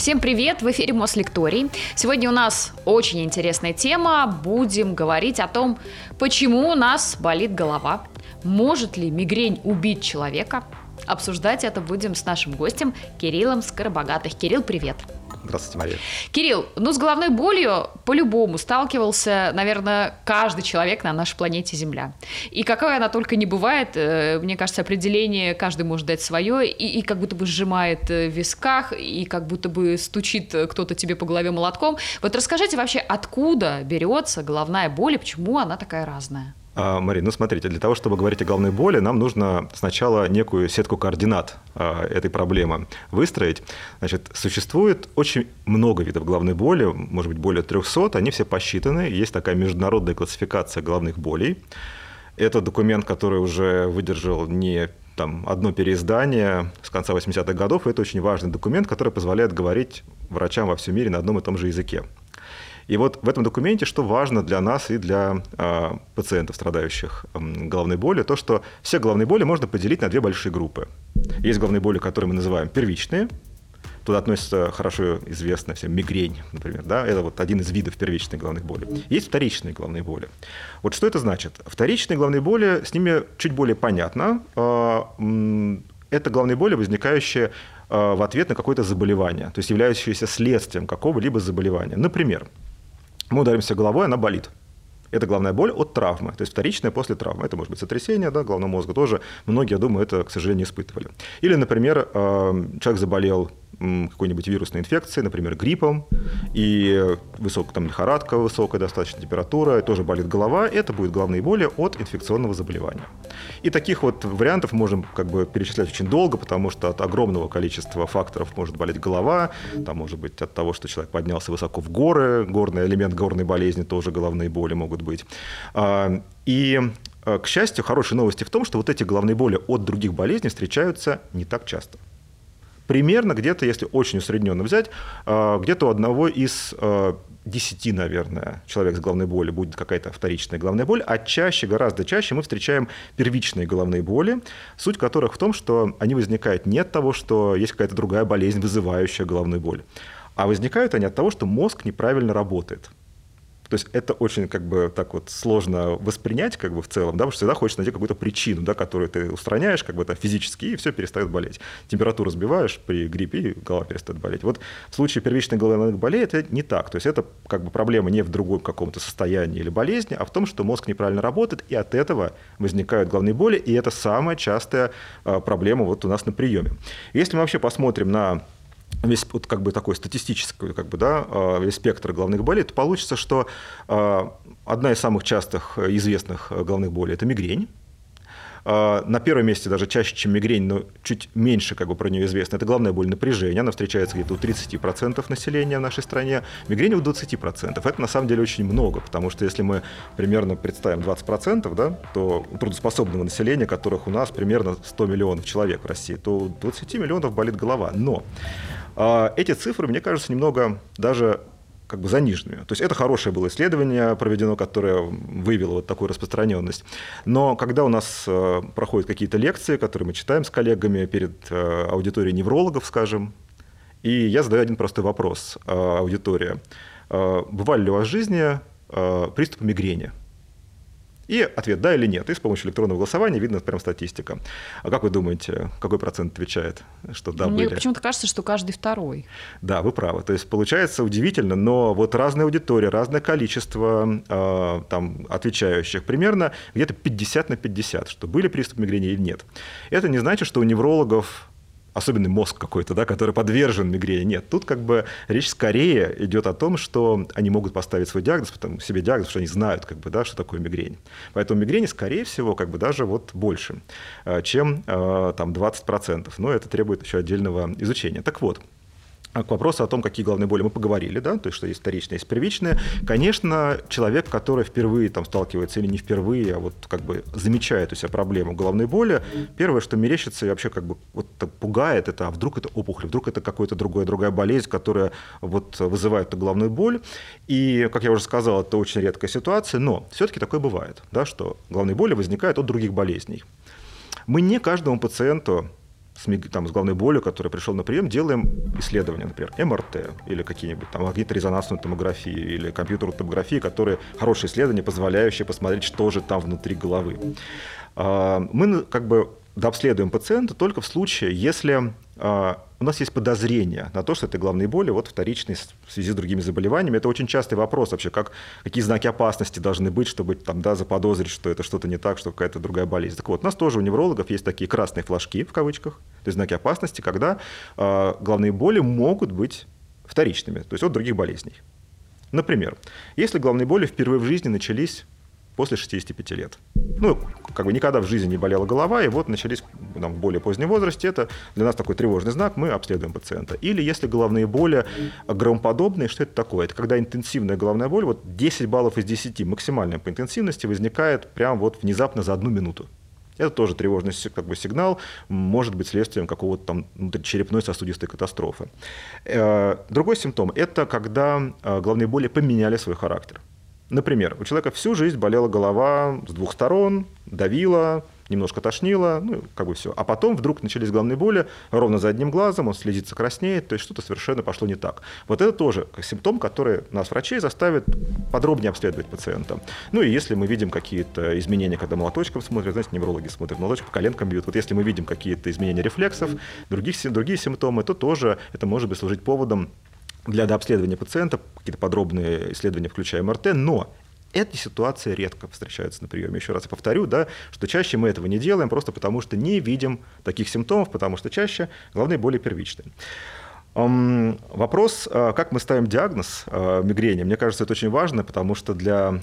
Всем привет! В эфире Мослекторий. Сегодня у нас очень интересная тема. Будем говорить о том, почему у нас болит голова. Может ли мигрень убить человека? Обсуждать это будем с нашим гостем Кириллом Скоробогатых. Кирилл, привет! Здравствуйте, Мария. Кирилл, с головной болью по-любому сталкивался, наверное, каждый человек на нашей планете Земля. И какая она только не бывает, мне кажется, определение каждый может дать свое, и как будто бы сжимает в висках, и как будто бы стучит кто-то тебе по голове молотком. Вот расскажите вообще, откуда берется головная боль и почему она такая разная? Мария, смотрите, для того, чтобы говорить о головной боли, нам нужно сначала некую сетку координат этой проблемы выстроить. Значит, существует очень много видов головной боли, может быть, более 300, они все посчитаны. Есть такая международная классификация головных болей. Это документ, который уже выдержал не одно переиздание с конца 80-х годов. Это очень важный документ, который позволяет говорить врачам во всем мире на одном и том же языке. И вот в этом документе, что важно для нас и для пациентов, страдающих головной болью, то, что все головные боли можно поделить на две большие группы. Есть головные боли, которые мы называем первичные. Туда относится хорошо известная всем мигрень, например. Да? Это вот один из видов первичной головной боли. Есть вторичные головные боли. Вот что это значит? Вторичные головные боли, с ними чуть более понятно. Это головные боли, возникающие в ответ на какое-то заболевание, то есть являющиеся следствием какого-либо заболевания. Например, мы ударимся головой, она болит. Это головная боль от травмы, то есть вторичная после травмы. Это может быть сотрясение головного мозга, тоже многие, я думаю, это, к сожалению, испытывали. Или, например, человек заболел какой-нибудь вирусной инфекцией, например, гриппом, и лихорадка, высокая достаточно температура, и тоже болит голова, это будут головные боли от инфекционного заболевания. И таких вот вариантов можем перечислять очень долго, потому что от огромного количества факторов может болеть голова, там может быть от того, что человек поднялся высоко в горы, горный элемент горной болезни, тоже головные боли могут быть. И, к счастью, хорошие новости в том, что вот эти головные боли от других болезней встречаются не так часто. Примерно где-то, если очень усредненно взять, где-то у одного из 10, наверное, человек с головной болью будет какая-то вторичная головная боль, а чаще, гораздо чаще мы встречаем первичные головные боли, суть которых в том, что они возникают не от того, что есть какая-то другая болезнь, вызывающая головную боль, а возникают они от того, что мозг неправильно работает. То есть это очень сложно воспринять в целом, потому что всегда хочется найти какую-то причину, которую ты устраняешь физически, и все перестает болеть. Температуру сбиваешь при гриппе, и голова перестает болеть. Вот в случае первичной головных болей это не так. То есть это проблема не в другом каком-то состоянии или болезни, а в том, что мозг неправильно работает, и от этого возникают головные боли, и это самая частая проблема у нас на приеме. Если мы вообще посмотрим на весь такой статистический весь спектр головных болей, то получится, что одна из самых частых известных головных болей – это мигрень. На первом месте, даже чаще, чем мигрень, но чуть меньше про нее известно, это головная боль напряжения. Она встречается где-то у 30% населения в нашей стране, мигрень у 20%. Это на самом деле очень много, потому что если мы примерно представим 20%, то у трудоспособного населения, которых у нас примерно 100 миллионов человек в России, то у 20 миллионов болит голова. Но эти цифры, мне кажется, немного даже заниженными. То есть это хорошее было исследование проведено, которое выявило такую распространенность. Но когда у нас проходят какие-то лекции, которые мы читаем с коллегами перед аудиторией неврологов, скажем, и я задаю один простой вопрос аудитории. Бывали ли у вас в жизни приступы мигрени? И ответ «да» или «нет». И с помощью электронного голосования видно прям статистика. А как вы думаете, какой процент отвечает, что «да» были? Мне почему-то кажется, что каждый второй. Да, вы правы. То есть получается удивительно, но разная аудитория, разное количество отвечающих, примерно где-то 50/50, что были приступы мигрени или нет. Это не значит, что у неврологов особенный мозг какой-то, который подвержен мигрени. Нет, тут речь скорее идет о том, что они могут поставить свой диагноз, себе диагноз, что они знают, что такое мигрень. Поэтому мигрени, скорее всего, даже больше, чем 20%. Но это требует еще отдельного изучения. Так вот, к вопросу о том, какие головные боли мы поговорили, то есть что есть вторичные, есть первичные. Конечно, человек, который впервые сталкивается или не впервые, а замечает у себя проблему головной боли, первое, что мерещится и вообще пугает, это а вдруг это опухоль, вдруг это какая-то другая болезнь, которая вызывает эту головную боль. И, как я уже сказал, это очень редкая ситуация, но все-таки такое бывает, что головные боли возникают от других болезней. Мы не каждому пациенту с головной болью, который пришел на прием, делаем исследования, например, МРТ или какие-нибудь там магнитно-резонансную томографию или компьютерную томографию, которые хорошие исследования, позволяющие посмотреть, что же там внутри головы. Мы как бы дообследуем пациента только в случае, если у нас есть подозрение на то, что это головные боли вторичные в связи с другими заболеваниями. Это очень частый вопрос вообще, какие знаки опасности должны быть, чтобы заподозрить, что это что-то не так, что какая-то другая болезнь. Так вот, у нас тоже у неврологов есть такие красные флажки, в кавычках, то есть знаки опасности, когда головные боли могут быть вторичными, то есть от других болезней. Например, если головные боли впервые в жизни начались после 65 лет. Никогда в жизни не болела голова, и начались в более позднем возрасте. Это для нас такой тревожный знак, мы обследуем пациента. Или если головные боли громоподобные, что это такое? Это когда интенсивная головная боль, 10 баллов из 10, максимальная по интенсивности, возникает прям внезапно за 1 минуту. Это тоже тревожный сигнал, может быть следствием какого-то внутричерепной сосудистой катастрофы. Другой симптом – это когда головные боли поменяли свой характер. Например, у человека всю жизнь болела голова с 2 сторон, давила, немножко тошнило, все. А потом вдруг начались головные боли ровно за одним глазом, он слезится, краснеет, то есть что-то совершенно пошло не так. Это тоже симптом, который нас, врачей, заставит подробнее обследовать пациента. И если мы видим какие-то изменения, когда молоточком смотрят, знаете, неврологи смотрят, молоточком, коленком бьют, если мы видим какие-то изменения рефлексов, другие симптомы, то тоже это может быть служить поводом для дообследования пациента, какие-то подробные исследования, включая МРТ, но эта ситуация редко встречается на приеме. Еще раз я повторю, что чаще мы этого не делаем, просто потому что не видим таких симптомов, потому что чаще головные боли первичные. Вопрос, как мы ставим диагноз мигрени, мне кажется, это очень важно, потому что для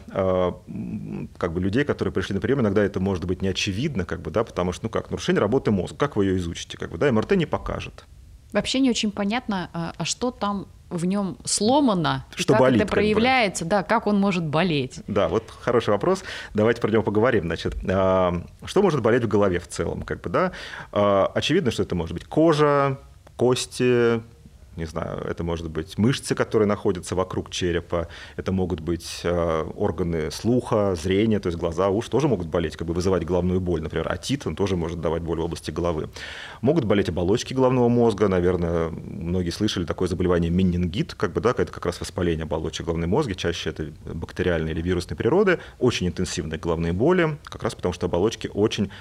людей, которые пришли на прием, иногда это может быть неочевидно, потому что нарушение работы мозга, как вы ее изучите, МРТ не покажет. Вообще не очень понятно, а что там в нем сломано, что как болит, это проявляется, как он может болеть. Да, хороший вопрос, давайте про него поговорим. Значит, что может болеть в голове в целом? Очевидно, что это может быть кожа, кости, не знаю, это может быть мышцы, которые находятся вокруг черепа, это могут быть органы слуха, зрения, то есть глаза, уши тоже могут болеть, вызывать головную боль. Например, отит, он тоже может давать боль в области головы. Могут болеть оболочки головного мозга, наверное, многие слышали такое заболевание менингит, это как раз воспаление оболочек головного мозга, чаще это бактериальной или вирусной природы, очень интенсивные головные боли, как раз потому что оболочки очень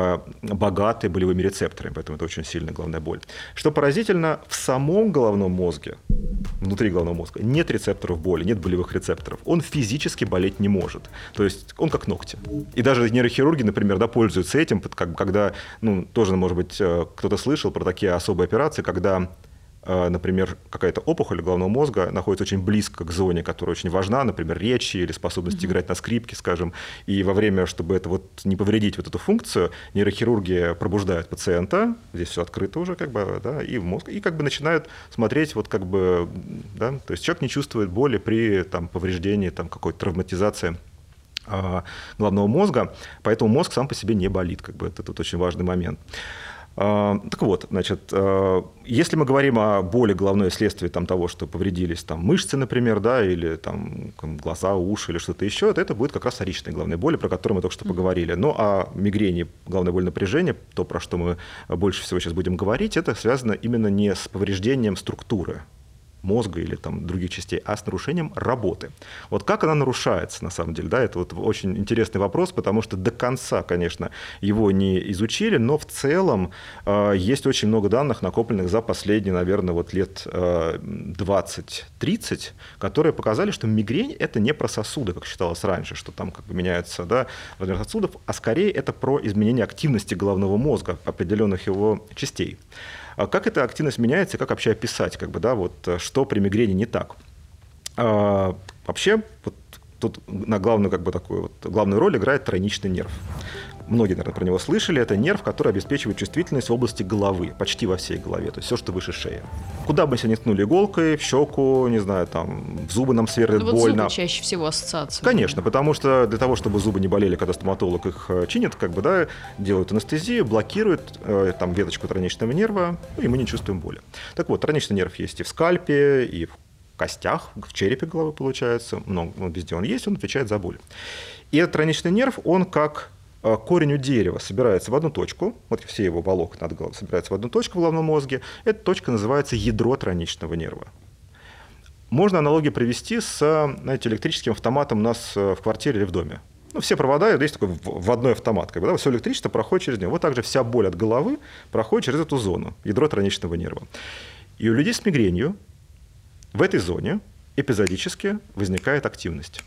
богаты болевыми рецепторами, поэтому это очень сильная головная боль. Что поразительно, в самом головном мозге, внутри головного мозга, нет рецепторов боли, нет болевых рецепторов. Он физически болеть не может. То есть он как ногти. И даже нейрохирурги, например, пользуются этим, когда, тоже, может быть, кто-то слышал про такие особые операции, когда, например, какая-то опухоль головного мозга находится очень близко к зоне, которая очень важна, например, речи или способность играть на скрипке, скажем. И во время, чтобы это не повредить эту функцию, нейрохирурги пробуждают пациента, здесь все открыто уже, и в мозг, и начинают смотреть, то есть человек не чувствует боли при повреждении, какой-то травматизации головного мозга, поэтому мозг сам по себе не болит, это тут очень важный момент. Так вот, значит, если мы говорим о боли головной вследствие того, что повредились мышцы, например, или глаза, уши или что-то еще, то это будет как раз вторичные головные боли, про которые мы только что поговорили. Но о мигрени, головной боли напряжения, то, про что мы больше всего сейчас будем говорить, это связано именно не с повреждением структуры мозга или других частей, а с нарушением работы. Как она нарушается, на самом деле, это очень интересный вопрос, потому что до конца, конечно, его не изучили, но в целом есть очень много данных, накопленных за последние, наверное, лет 20-30, которые показали, что мигрень – это не про сосуды, как считалось раньше, что меняются размер сосудов, а скорее это про изменение активности головного мозга, определенных его частей. Как эта активность меняется, как вообще описать, что при мигрени не так? Вообще, тут на главную роль играет тройничный нерв. Многие, наверное, про него слышали. Это нерв, который обеспечивает чувствительность в области головы, почти во всей голове, то есть все, что выше шеи. Куда бы себя не ткнули иголкой, в щеку, не знаю, в зубы нам сверлит больно. Зубы чаще всего ассоциация. Конечно, потому что для того, чтобы зубы не болели, когда стоматолог их чинит, делают анестезию, блокируют веточку тройничного нерва, и мы не чувствуем боли. Так вот, тройничный нерв есть и в скальпе, и в костях, в черепе головы получается, но везде он есть, он отвечает за боль. И этот тройничный нерв, он как корень у дерева собирается в одну точку, вот все его волокна от головы собираются в одну точку в головном мозге, эта точка называется ядро тройничного нерва. Можно аналогию привести с, знаете, электрическим автоматом у нас в квартире или в доме. Ну, все провода, есть такой вводной автомат, как бы, да, все электричество проходит через него. Вот также вся боль от головы проходит через эту зону, ядро тройничного нерва. И у людей с мигренью в этой зоне эпизодически возникает активность.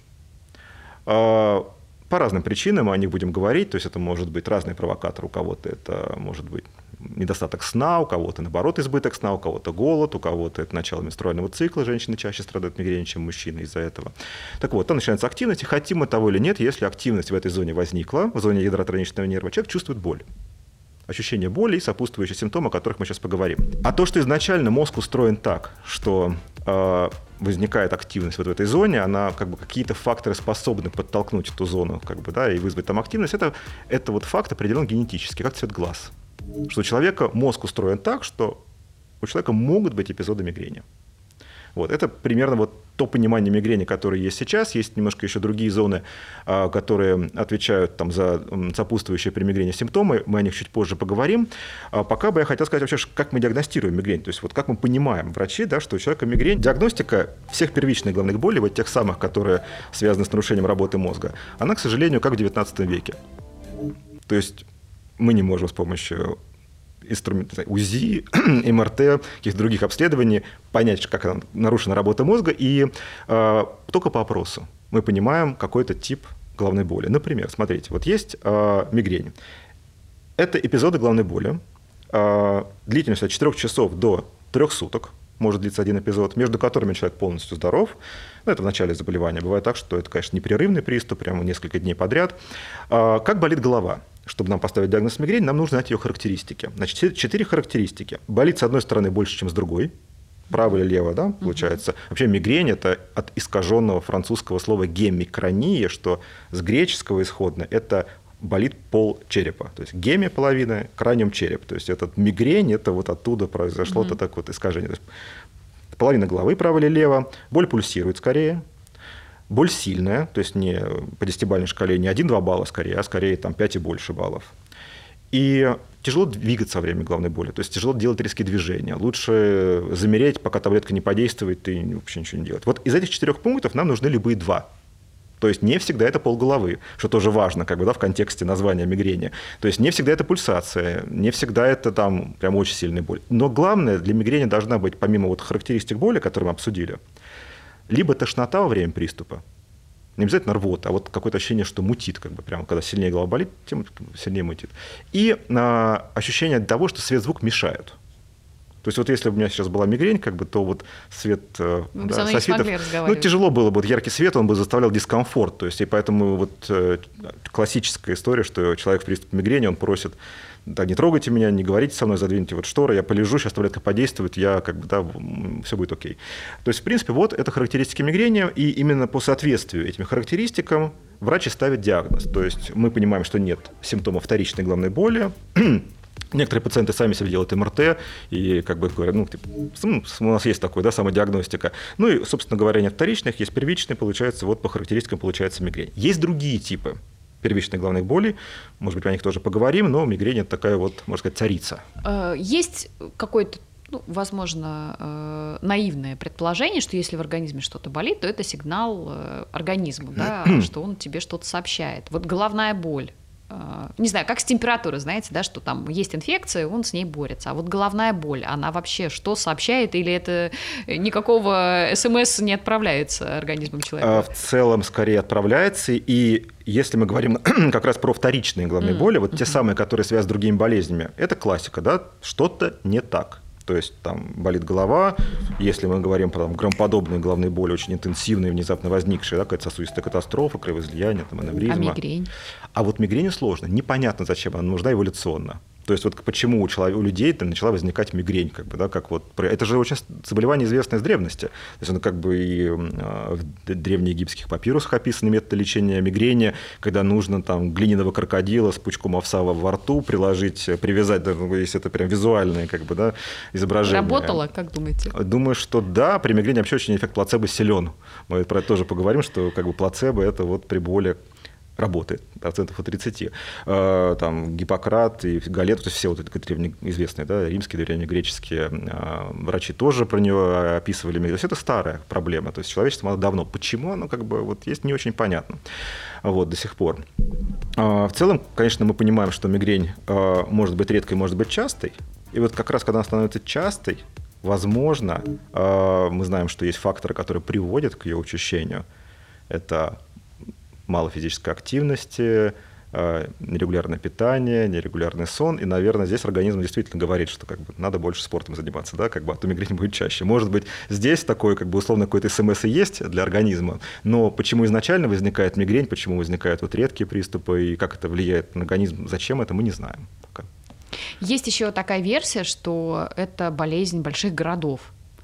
По разным причинам, о них будем говорить, то есть это может быть разный провокатор, у кого-то это может быть недостаток сна, у кого-то, наоборот, избыток сна, у кого-то голод, у кого-то это начало менструального цикла, женщины чаще страдают мигренью, чем мужчины из-за этого. Так вот, там начинается активность, и хотим мы того или нет, если активность в этой зоне возникла, в зоне ядра тройничного нерва, человек чувствует боль. Ощущение боли и сопутствующие симптомы, о которых мы сейчас поговорим. А то, что изначально мозг устроен так, что возникает активность вот в этой зоне, она как бы какие-то факторы способны подтолкнуть эту зону как бы, да, и вызвать там активность, это вот факт определен генетически, как цвет глаз. Что у человека мозг устроен так, что у человека могут быть эпизоды мигрени. Вот, это примерно вот то понимание мигрени, которое есть сейчас. Есть немножко еще другие зоны, которые отвечают там, за сопутствующие при мигрени симптомы. Мы о них чуть позже поговорим. Пока бы я хотел сказать вообще, как мы диагностируем мигрень. То есть вот как мы понимаем, врачи, да, что у человека мигрень. Диагностика всех первичных головных болей, вот тех самых, которые связаны с нарушением работы мозга, она, к сожалению, как в XIX веке. То есть мы не можем с помощью инструментов УЗИ, МРТ, каких-то других обследований понять, как нарушена работа мозга, и только по опросу мы понимаем какой-то тип головной боли. Например, смотрите, вот есть мигрень. Это эпизоды головной боли, длительностью от 4 часов до 3 суток может длиться один эпизод, между которыми человек полностью здоров. Ну, это в начале заболевания. Бывает так, что это, конечно, непрерывный приступ, прямо несколько дней подряд. Как болит голова? Чтобы нам поставить диагноз мигрени, нам нужно знать ее характеристики. Значит, 4 характеристики. Болит с одной стороны больше, чем с другой. Право или лево, да, получается. Вообще мигрень – это от искаженного французского слова гемикрония, что с греческого исходно это болит пол черепа. То есть геми – половина, краниум – череп. То есть этот мигрень – это вот оттуда произошло это так вот искажение. То есть половина головы, право или лево. Боль пульсирует скорее. Боль сильная, то есть не по 10-бальной шкале не 1-2 балла скорее, а скорее там, 5 и больше баллов. И тяжело двигаться во время головной боли, то есть тяжело делать резкие движения. Лучше замереть, пока таблетка не подействует, и вообще ничего не делать. Вот из этих 4 пунктов нам нужны любые 2. То есть не всегда это полголовы, что тоже важно как бы, да, в контексте названия мигрени. То есть не всегда это пульсация, не всегда это там, прям очень сильная боль. Но главное, для мигрени должна быть, помимо вот характеристик боли, которые мы обсудили, либо тошнота во время приступа, не обязательно рвота, а вот какое-то ощущение, что мутит, как бы прямо, когда сильнее голова болит, тем сильнее мутит. И ощущение того, что свет-звук мешают. То есть вот если бы у меня сейчас была мигрень, как бы, то вот свет соседов, тяжело было бы, вот яркий свет, он бы заставлял дискомфорт. То есть, и поэтому вот классическая история, что человек в приступе мигрени, он просит: да, не трогайте меня, не говорите со мной, задвиньте вот шторы, я полежу, сейчас таблетка подействует, я как бы, да, все будет окей. То есть, в принципе, вот это характеристики мигрени, и именно по соответствию этим характеристикам врач и ставит диагноз. То есть мы понимаем, что нет симптомов вторичной головной боли. Некоторые пациенты сами себе делают МРТ и как бы говорят, у нас есть такое, да, самодиагностика. Ну и, собственно говоря, нет вторичных, есть первичные, получается, вот по характеристикам получается мигрень. Есть другие типы первичных головных болей, может быть, о них тоже поговорим, но мигрень – это такая вот, можно сказать, царица. Есть какой-то, возможно, наивное предположение, что если в организме что-то болит, то это сигнал организму, да, что он тебе что-то сообщает. Вот головная боль. Не знаю, как с температурой, знаете, да, что там есть инфекция, он с ней борется. А вот головная боль, она вообще что сообщает, или это никакого СМС не отправляется организмом человека? В целом, скорее отправляется. И если мы говорим как раз про вторичные головные боли, вот те самые, которые связаны с другими болезнями, это классика, да, что-то не так. То есть там болит голова, если мы говорим про громоподобные головные боли, очень интенсивные, внезапно возникшие, да, какая-то сосудистая катастрофа, кровоизлияние, там, аневризма. А мигрень? А вот мигрень сложно, непонятно, зачем она нужна эволюционно. То есть вот почему у людей начала возникать мигрень, как бы, да, как вот, это же очень заболевание известное с древности. То есть оно как бы и в древнеегипетских папирусах описаны методы лечения мигрени, когда нужно там глиняного крокодила с пучком овса во рту приложить, привязать, если это прям визуальное как бы, да, изображение. Работало, как думаете? Думаю, что да, при мигрени вообще очень эффект плацебо силен. Мы про это тоже поговорим, что как бы плацебо – это вот при боли работает, процентов от 30. Там Гиппократ и Гален, то есть все вот эти древнеизвестные, да, римские, древнегреческие врачи тоже про нее описывали. То есть это старая проблема, то есть человечество оно давно. Почему оно как бы вот есть, не очень понятно вот, до сих пор. В целом, конечно, мы понимаем, что мигрень может быть редкой, может быть частой. И вот как раз, когда она становится частой, возможно, мы знаем, что есть факторы, которые приводят к ее учащению. Это мало физической активности, нерегулярное питание, нерегулярный сон. И, наверное, здесь организм действительно говорит, что как бы, надо больше спортом заниматься, да, как бы, а то мигрень будет чаще. Может быть, здесь такой, как бы, условно, какой-то СМС и есть для организма, но почему изначально возникает мигрень, почему возникают вот редкие приступы, и как это влияет на организм, зачем это, мы не знаем пока. Есть еще такая версия, что это болезнь больших городов.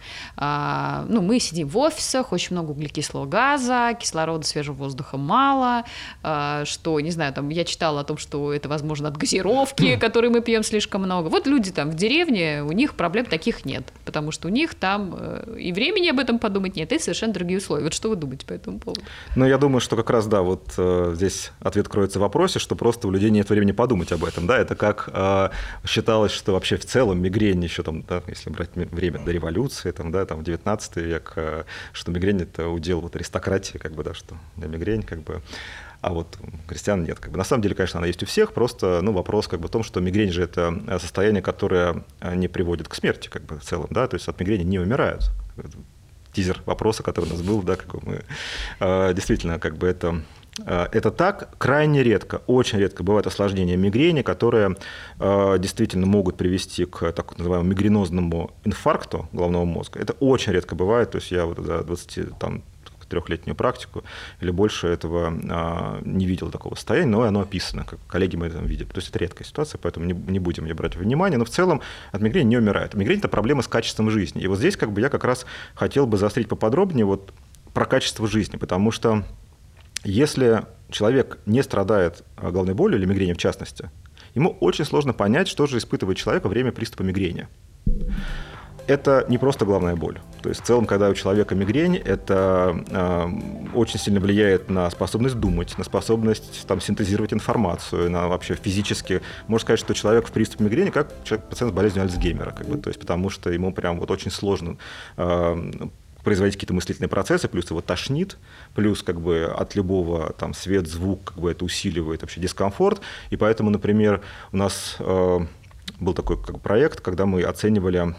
Мы сидим в офисах, очень много углекислого газа, кислорода, свежего воздуха мало, что, не знаю, там я читала о том, что это, возможно, от газировки, которую мы пьем слишком много. Вот люди там в деревне, у них проблем таких нет, потому что у них там и времени об этом подумать нет, и совершенно другие условия. Вот что вы думаете по этому поводу? Ну, я думаю, что как раз, да, вот здесь ответ кроется в вопросе, что просто у людей нет времени подумать об этом, да, это как считалось, что вообще в целом мигрень еще там, да, если брать время до революции, там, да, там, в 19 век, что мигрень – это удел вот аристократии, как бы, да, что мигрень, как бы, а вот крестьян нет. Как бы. На самом деле, конечно, она есть у всех, просто вопрос как бы, в том, что мигрень же это состояние, которое не приводит к смерти как бы, в целом, да, то есть от мигрени не умирают. Тизер вопроса, который у нас был, да, как бы мы действительно как бы это так, крайне редко, очень редко бывают осложнения мигрени, которые действительно могут привести к так называемому мигренозному инфаркту головного мозга. Это очень редко бывает, то есть я вот за 23-летнюю практику или больше этого не видел такого состояния, но оно описано, как коллеги мы это видят. То есть это редкая ситуация, поэтому не будем ее брать во внимание, но в целом от мигрени не умирают. Мигрень – это проблема с качеством жизни. И вот здесь как бы я как раз хотел бы заострить поподробнее вот про качество жизни, потому что если человек не страдает головной болью или мигренью в частности, ему очень сложно понять, что же испытывает человек во время приступа мигрени. Это не просто головная боль. То есть в целом, когда у человека мигрень, это очень сильно влияет на способность думать, на способность там, синтезировать информацию, на вообще физически. Можно сказать, что человек в приступе мигрени как пациент с болезнью Альцгеймера, как бы, то есть, потому что ему прям вот очень сложно производить какие-то мыслительные процессы, плюс его тошнит, плюс как бы от любого там свет, звук, как бы это усиливает вообще дискомфорт. И поэтому, например, у нас был такой как бы, проект, когда мы оценивали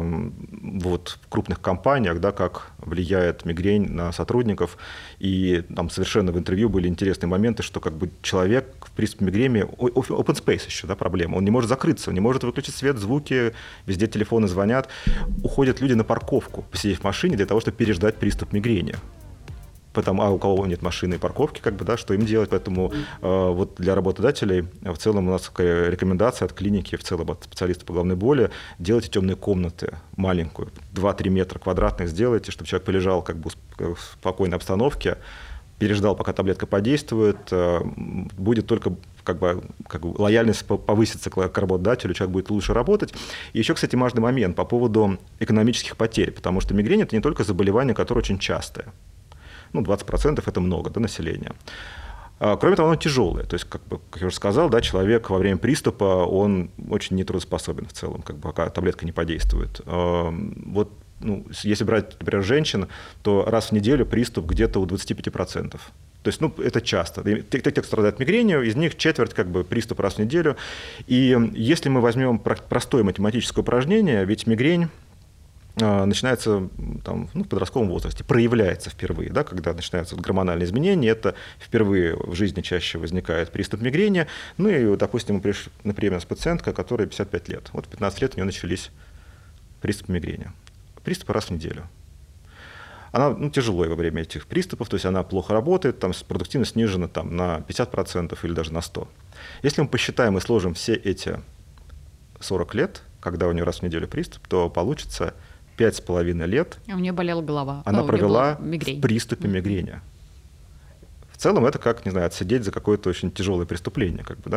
вот, в крупных компаниях, да, как влияет мигрень на сотрудников. И там совершенно в интервью были интересные моменты, что как бы, человек в приступе мигрени, open space еще, да, проблема, он не может закрыться, он не может выключить свет, звуки, везде телефоны звонят. Уходят люди на парковку, посидев в машине для того, чтобы переждать приступ мигрени. А у кого нет машины и парковки, как бы, да, что им делать? Поэтому вот для работодателей в целом у нас такая рекомендация от клиники, в целом от специалиста по головной боли, делайте темные комнаты, маленькую, 2-3 метра квадратных сделайте, чтобы человек полежал как бы в спокойной обстановке, переждал, пока таблетка подействует, будет только как бы лояльность повысится к работодателю, человек будет лучше работать. И еще, кстати, важный момент по поводу экономических потерь, потому что мигрень – это не только заболевание, которое очень частое. 20% – это много, да, населения. Кроме того, оно тяжелое. То есть, как я уже сказал, да, человек во время приступа, он очень нетрудоспособен в целом, как бы, пока таблетка не подействует. Вот, если брать, например, женщин, то раз в неделю приступ где-то у 25%. То есть, это часто. Те, кто страдает мигренью, из них четверть как бы приступ раз в неделю. И если мы возьмем простое математическое упражнение, ведь мигрень начинается там, в подростковом возрасте, проявляется впервые, да, когда начинаются гормональные изменения, это впервые в жизни чаще возникает приступ мигрени. И, допустим, мы пришли на прием с пациенткой, которой 55 лет. Вот в 15 лет у нее начались приступы мигрени. Приступы раз в неделю. Она тяжело во время этих приступов, то есть она плохо работает, там продуктивность снижена там, на 50% или даже на 100%. Если мы посчитаем и сложим все эти 40 лет, когда у нее раз в неделю приступ, то получится 5,5 лет у нее болела голова. Она провела в приступе мигрени. В целом это как, не знаю, отсидеть за какое-то очень тяжелое преступление. Как бы, да?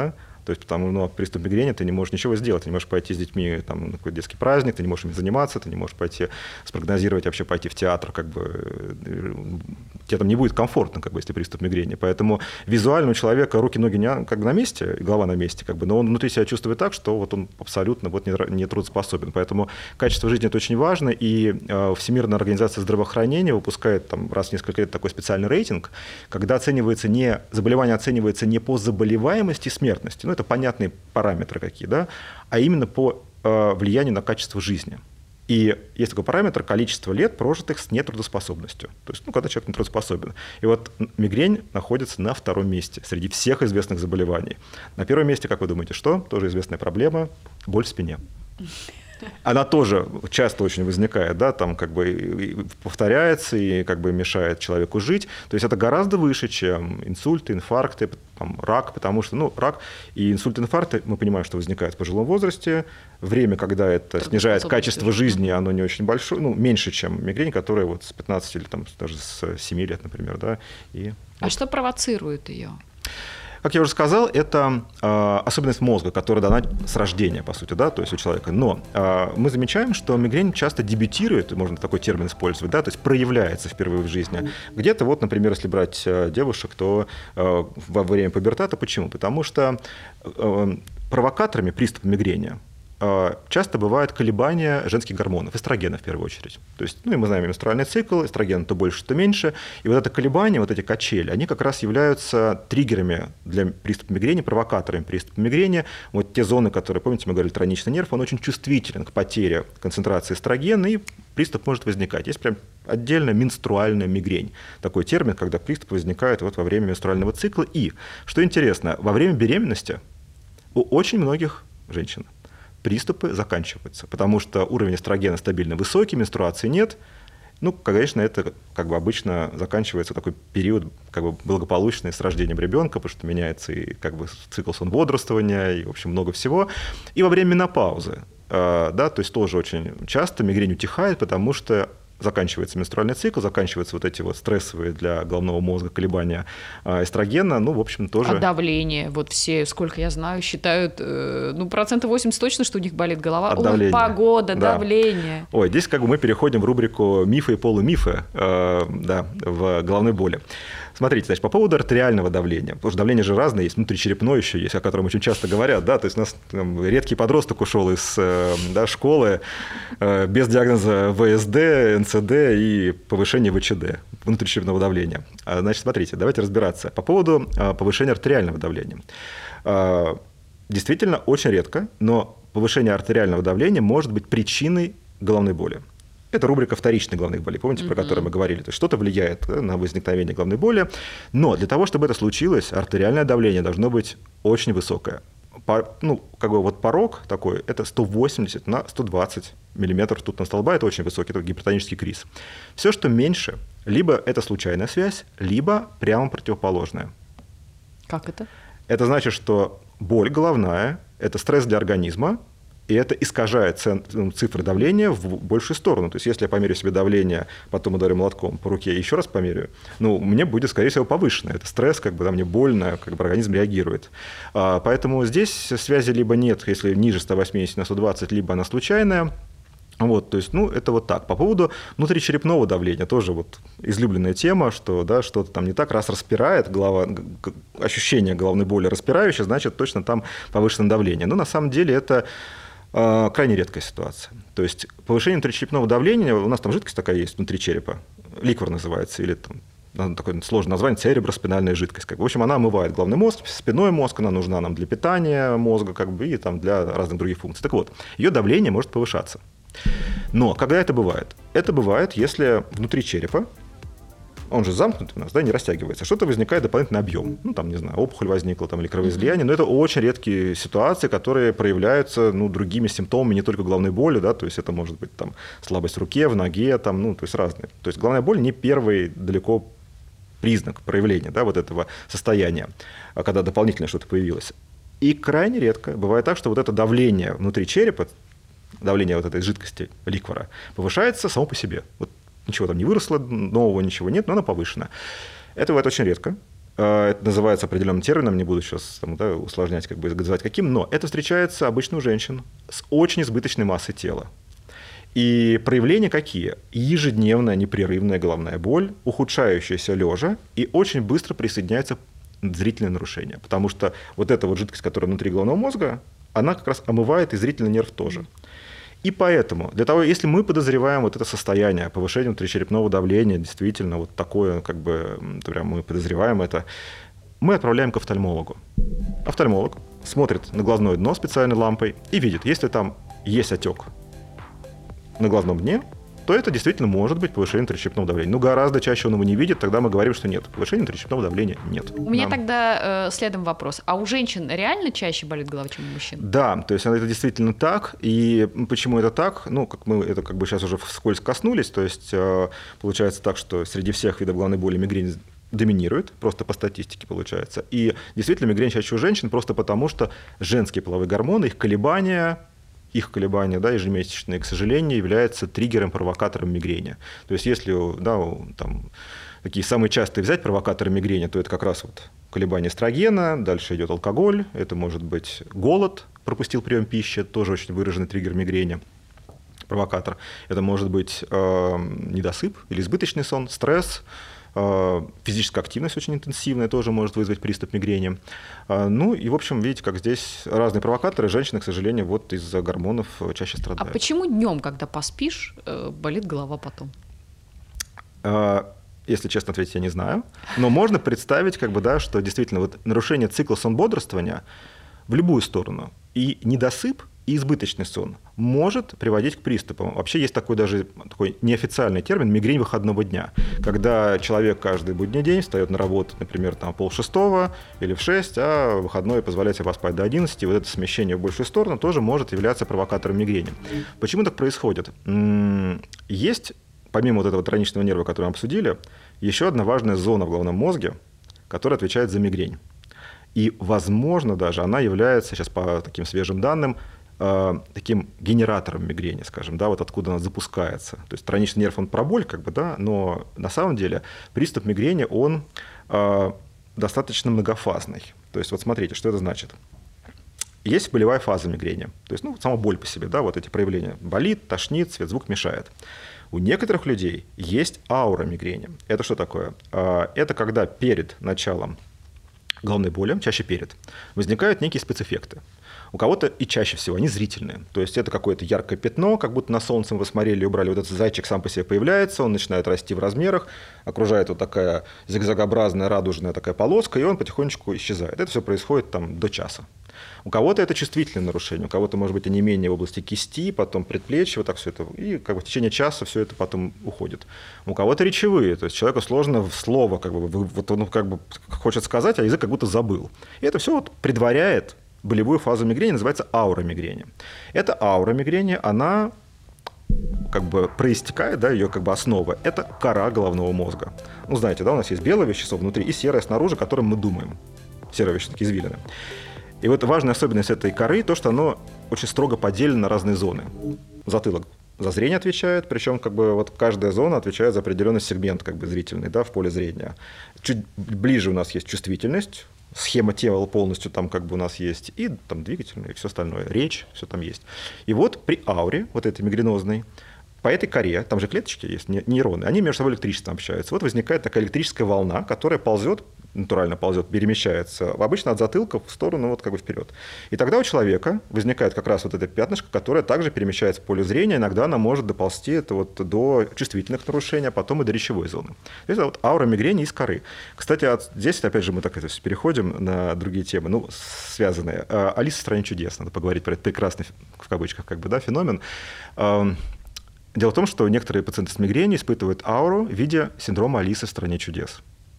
То есть, потому что приступ мигрени, ты не можешь ничего сделать, ты не можешь пойти с детьми там, на какой-то детский праздник, ты не можешь ими заниматься, ты не можешь пойти спрогнозировать, вообще пойти в театр, как бы, тебе там не будет комфортно, как бы, если приступ мигрени. Поэтому визуально у человека руки, ноги как бы на месте, голова на месте, как бы, но он внутри себя чувствует так, что вот он абсолютно вот не трудоспособен. Поэтому качество жизни – это очень важно, и Всемирная организация здравоохранения выпускает там, раз в несколько лет такой специальный рейтинг, когда заболевание оценивается не по заболеваемости и смертности, ну это понятные параметры какие, да, а именно по влиянию на качество жизни. И есть такой параметр количество лет, прожитых с нетрудоспособностью. То есть, когда человек нетрудоспособен. И вот мигрень находится на втором месте среди всех известных заболеваний. На первом месте, как вы думаете, что? Тоже известная проблема – боль в спине. Она тоже часто очень возникает, да, там как бы и повторяется и как бы мешает человеку жить. То есть это гораздо выше, чем инсульты, инфаркты, там, рак, потому что рак и инсульт, инфаркты, мы понимаем, что возникают в пожилом возрасте. Время, когда это снижает качество жизни, оно не очень большое, меньше, чем мигрень, которая вот с 15 или там, даже с 7 лет, например. Да, что провоцирует ее? Как я уже сказал, это особенность мозга, которая дана с рождения, по сути, да, то есть у человека. Но мы замечаем, что мигрень часто дебютирует, можно такой термин использовать, да, то есть проявляется впервые в жизни. Где-то вот, например, если брать девушек, то во время пубертата. Почему? Потому что провокаторами приступа мигрени часто бывают колебания женских гормонов, эстрогена в первую очередь. То есть, и мы знаем менструальный цикл, эстроген то больше, то меньше. И вот это колебание, вот эти качели, они как раз являются триггерами для приступа мигрени, провокаторами приступа мигрени. Вот те зоны, которые, помните, мы говорили, тройничный нерв, он очень чувствителен к потере концентрации эстрогена, и приступ может возникать. Есть прям отдельно менструальная мигрень. Такой термин, когда приступ возникает вот во время менструального цикла. И, что интересно, во время беременности у очень многих женщин приступы заканчиваются, потому что уровень эстрогена стабильно высокий, менструации нет. Конечно, это как бы обычно заканчивается такой период как бы благополучный с рождением ребенка, потому что меняется и как бы цикл сон бодрствования, и, в общем, много всего. И во время менопаузы, да, то есть тоже очень часто мигрень утихает, потому что заканчивается менструальный цикл, заканчиваются вот эти вот стрессовые для головного мозга колебания эстрогена, в общем, тоже... А давление? Вот все, сколько я знаю, считают, 80% точно, что у них болит голова. От давления. Погода, да. Давление. Здесь как бы мы переходим в рубрику «Мифы и полумифы» в головной боли. Смотрите, значит, по поводу артериального давления, потому что давление же разное, есть внутричерепное еще есть, о котором очень часто говорят, да, то есть у нас редкий подросток ушел из школы без диагноза ВСД, НЦД и повышения ВЧД, внутричерепного давления. Значит, смотрите, давайте разбираться. По поводу повышения артериального давления. Действительно, очень редко, но повышение артериального давления может быть причиной головной боли. Это рубрика вторичной головной боли, помните, про которую мы говорили? То есть что-то влияет на возникновение головной боли, но для того, чтобы это случилось, артериальное давление должно быть очень высокое. Порог такой – это 180 на 120 миллиметров ртутного столба, это очень высокий, это гипертонический криз. Все, что меньше, либо это случайная связь, либо прямо противоположная. Как это? Это значит, что боль головная – это стресс для организма, и это искажает цифры давления в большую сторону. То есть, если я померю себе давление, потом ударю молотком по руке и еще раз померю, мне будет, скорее всего, повышенное. Это стресс, мне больно, организм реагирует. Поэтому здесь связи либо нет, если ниже 180 на 120, либо она случайная. То есть, это вот так. По поводу внутричерепного давления, тоже вот излюбленная тема, что что-то там не так, раз распирает голова, ощущение головной боли распирающее, значит, точно там повышенное давление. Но на самом деле это крайне редкая ситуация. То есть повышение внутричерепного давления, у нас там жидкость такая есть внутри черепа, ликвор называется, или там такое сложное название, цереброспинальная жидкость. В общем, она омывает головной мозг, спинной мозг, она нужна нам для питания мозга и там для разных других функций. Так вот, ее давление может повышаться. Но когда это бывает? Это бывает, если внутри черепа, он же замкнут у нас, не растягивается, что-то возникает дополнительный объем. Опухоль возникла или кровоизлияние, но это очень редкие ситуации, которые проявляются другими симптомами, не только головной боли, то есть это может быть слабость в руке, в ноге, то есть разные. То есть головная боль не первый далеко признак проявления вот этого состояния, когда дополнительно что-то появилось. И крайне редко бывает так, что вот это давление внутри черепа, давление вот этой жидкости, ликвора, повышается само по себе. Ничего там не выросло, нового ничего нет, но оно повышено. Это бывает очень редко. Это называется определенным термином, не буду сейчас там, да, усложнять, как бы называть каким, но это встречается обычно у женщин с очень избыточной массой тела. И проявления какие? Ежедневная непрерывная головная боль, ухудшающаяся лежа, и очень быстро присоединяются зрительные нарушения. Потому что вот эта вот жидкость, которая внутри головного мозга, она как раз омывает и зрительный нерв тоже. И поэтому, для того, если мы подозреваем вот это состояние, повышение внутричерепного давления, действительно, вот такое, как бы, прям мы подозреваем это, мы отправляем к офтальмологу. Офтальмолог смотрит на глазное дно специальной лампой и видит, если там есть отек на глазном дне, то это действительно может быть повышение внутричерепного давления. Но гораздо чаще он его не видит, тогда мы говорим, что нет, повышения внутричерепного давления нет. У меня тогда следом вопрос. А у женщин реально чаще болит голова, чем у мужчин? Да, то есть это действительно так. И почему это так? Ну, как мы это как бы сейчас уже вскользь коснулись, то есть получается так, что среди всех видов головной боли мигрень доминирует, просто по статистике получается. И действительно мигрень чаще у женщин просто потому, что женские половые гормоны, их колебания, да, ежемесячные, к сожалению, являются триггером, провокатором мигрени. То есть если да, там, такие самые частые взять провокаторы мигрени, то это как раз вот колебание эстрогена, дальше идет алкоголь, это может быть голод, пропустил прием пищи, тоже очень выраженный триггер мигрени, провокатор. Это может быть недосып или избыточный сон, стресс, физическая активность очень интенсивная тоже может вызвать приступ мигрени. Ну и, в общем, видите, как здесь разные провокаторы. Женщины, к сожалению, вот из-за гормонов чаще страдают. А почему днем, когда поспишь, болит голова потом? Если честно ответить, я не знаю. Но можно представить, как бы, да, что действительно вот нарушение цикла сон-бодрствования в любую сторону и недосып, и избыточный сон может приводить к приступам. Вообще есть такой даже такой неофициальный термин «мигрень выходного дня», когда человек каждый будний день встает на работу, например, там, 5:30 или в 6, а выходной позволяет себе поспать до 11, и вот это смещение в большую сторону тоже может являться провокатором мигрени. Почему так происходит? Есть, помимо вот этого тройничного нерва, который мы обсудили, еще одна важная зона в головном мозге, которая отвечает за мигрень. И, возможно, даже она является, сейчас по таким свежим данным, таким генератором мигрени, скажем, да, вот откуда она запускается. То есть тройничный нерв, он про боль, как бы, да, но на самом деле приступ мигрени, он достаточно многофазный. То есть вот смотрите, что это значит. Есть болевая фаза мигрени, то есть, ну, сама боль по себе, да, вот эти проявления. Болит, тошнит, цвет, звук мешает. У некоторых людей есть аура мигрени. Это что такое? Это когда перед началом головной боли, чаще перед, возникают некие спецэффекты. У кого-то и чаще всего они зрительные. То есть это какое-то яркое пятно, как будто на солнце вы смотрели и убрали. Вот этот зайчик сам по себе появляется, он начинает расти в размерах, окружает вот такая зигзагообразная радужная такая полоска, и он потихонечку исчезает. Это все происходит там до часа. У кого-то это чувствительное нарушение, у кого-то может быть онемение в области кисти, потом предплечья, вот так все это, и как бы в течение часа все это потом уходит. У кого-то речевые, то есть человеку сложно в слово, как бы, вот он как бы хочет сказать, а язык как будто забыл. И это все вот предваряет болевую фазу мигрени, называется аура мигрени. Эта аура мигрени, она как бы проистекает, да, ее как бы основа, это кора головного мозга. Ну, знаете, да, у нас есть белое вещество внутри и серое снаружи, которым мы думаем. Серое вещество, такие извилины. И вот важная особенность этой коры то, что оно очень строго поделено на разные зоны. Затылок за зрение отвечает, причем как бы вот каждая зона отвечает за определенный сегмент как бы зрительный, да, в поле зрения. Чуть ближе у нас есть чувствительность, схема тела полностью там как бы у нас есть, и там двигательное, и все остальное, речь, все там есть. И вот при ауре, вот этой мигренозной, по этой коре, там же клеточки есть, нейроны, они между собой электричеством общаются. Вот возникает такая электрическая волна, которая ползет, натурально ползет, перемещается обычно от затылка в сторону вот как бы вперед. И тогда у человека возникает как раз вот это пятнышко, которое также перемещается в поле зрения, иногда она может доползти это вот до чувствительных нарушений, а потом и до речевой зоны. То есть это вот аура мигрени из коры. Кстати, здесь опять же мы так это все переходим на другие темы, ну, связанные. Алиса в стране чудес, надо поговорить про этот прекрасный, в кавычках, как бы, да, феномен. Дело в том, что некоторые пациенты с мигренью испытывают ауру в виде синдрома Алисы в стране чудес.